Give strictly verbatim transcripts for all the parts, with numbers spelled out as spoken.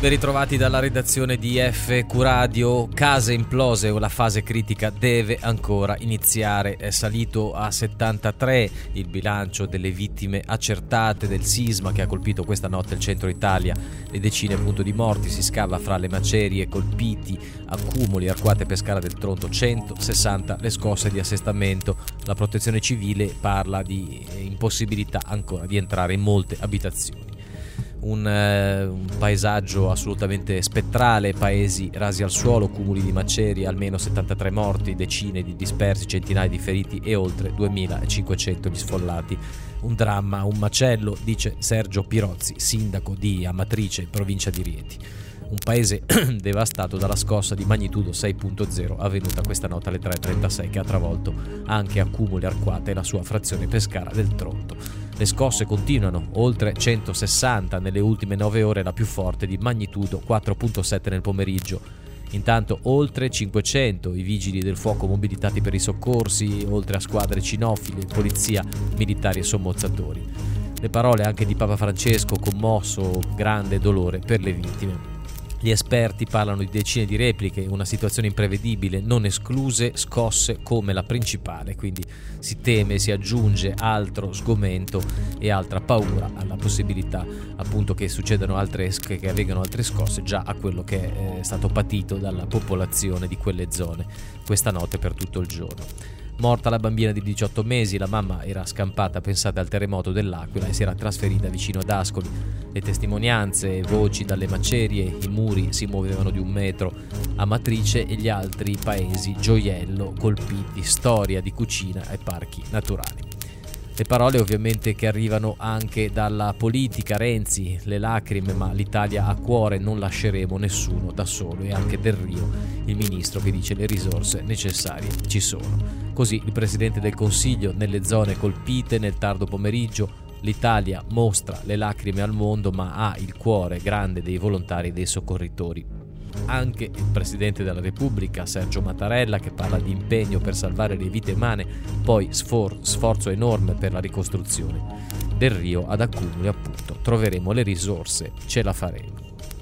Ben ritrovati dalla redazione di F Q Radio. Case implose o la fase critica deve ancora iniziare. È salito a settantatré il bilancio delle vittime accertate del sisma che ha colpito questa notte il centro Italia. Le decine appunto di morti, si scava fra le macerie, colpiti, accumuli, Arquata e Pescara del Tronto, centosessanta le scosse di assestamento. La protezione civile parla di impossibilità ancora di entrare in molte abitazioni. Un, eh, un paesaggio assolutamente spettrale, paesi rasi al suolo, cumuli di macerie, almeno settantatré morti, decine di dispersi, centinaia di feriti e oltre duemilacinquecento gli sfollati. Un dramma, un macello, dice Sergio Pirozzi, sindaco di Amatrice, in provincia di Rieti. Un paese devastato dalla scossa di magnitudo sei punto zero avvenuta questa notte alle tre e trentasei, che ha travolto anche Accumuli, Arquata e la sua frazione Pescara del Tronto. Le scosse continuano, oltre centosessanta nelle ultime nove ore, la più forte di magnitudo quattro punto sette nel pomeriggio. Intanto oltre cinquecento i vigili del fuoco mobilitati per i soccorsi, oltre a squadre cinofile, polizia, militari e sommozzatori. Le parole anche di Papa Francesco, commosso, grande dolore per le vittime. Gli esperti parlano di decine di repliche, una situazione imprevedibile, non escluse scosse come la principale, quindi si teme, si aggiunge altro sgomento e altra paura alla possibilità appunto che succedano altre, che avvengano altre scosse già a quello che è stato patito dalla popolazione di quelle zone questa notte per tutto il giorno. Morta la bambina di diciotto mesi, la mamma era scampata, pensate, al terremoto dell'Aquila e si era trasferita vicino ad Ascoli. Le testimonianze, voci dalle macerie, i muri si muovevano di un metro. Amatrice e gli altri paesi, gioiello, colpiti, storia di cucina e parchi naturali. Le parole ovviamente che arrivano anche dalla politica, Renzi, le lacrime, ma l'Italia ha cuore, non lasceremo nessuno da solo, e anche Del Rio, il ministro, che dice le risorse necessarie ci sono. Così il Presidente del Consiglio nelle zone colpite nel tardo pomeriggio. L'Italia mostra le lacrime al mondo, ma ha il cuore grande dei volontari e dei soccorritori. Anche il Presidente della Repubblica, Sergio Mattarella, che parla di impegno per salvare le vite umane, poi sfor- sforzo enorme per la ricostruzione. Del Rio ad Accumuli, appunto, troveremo le risorse, ce la faremo.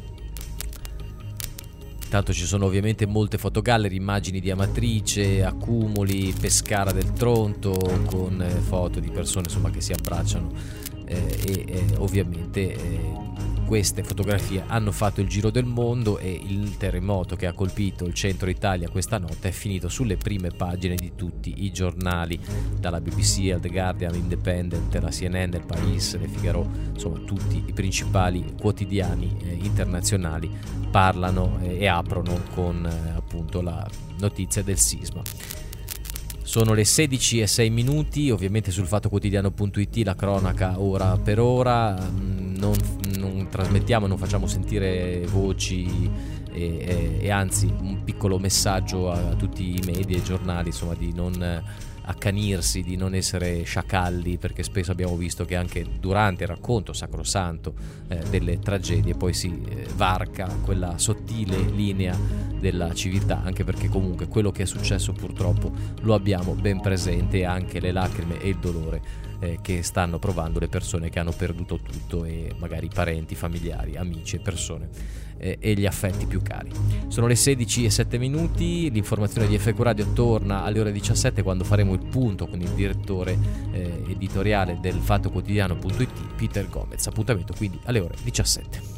Intanto ci sono ovviamente molte fotogallery, immagini di Amatrice, Accumuli, Pescara del Tronto, con eh, foto di persone insomma che si abbracciano eh, e eh, ovviamente eh, queste fotografie hanno fatto il giro del mondo, e il terremoto che ha colpito il centro Italia questa notte è finito sulle prime pagine di tutti i giornali, dalla B B C al The Guardian, Independent, la C N N, il País, Le Figaro, insomma tutti i principali quotidiani eh, internazionali parlano eh, e aprono con eh, appunto la notizia del sisma. Sono le sedici e sei minuti, ovviamente sul fattoquotidiano punto it la cronaca ora per ora. Non, non trasmettiamo, non facciamo sentire voci e, e, e anzi un piccolo messaggio a, a tutti i media e giornali, insomma, di non accanirsi, di non essere sciacalli, perché spesso abbiamo visto che anche durante il racconto sacrosanto eh, delle tragedie poi si eh, varca quella sottile linea della civiltà, anche perché comunque quello che è successo purtroppo lo abbiamo ben presente, e anche le lacrime e il dolore eh, che stanno provando le persone che hanno perduto tutto, e magari parenti, familiari, amici e persone eh, e gli affetti più cari. Sono le sedici e sette minuti, l'informazione di F Q Radio torna alle ore diciassette, quando faremo il punto con il direttore eh, editoriale del fattoquotidiano punto it, Peter Gomez. Appuntamento quindi alle ore diciassette.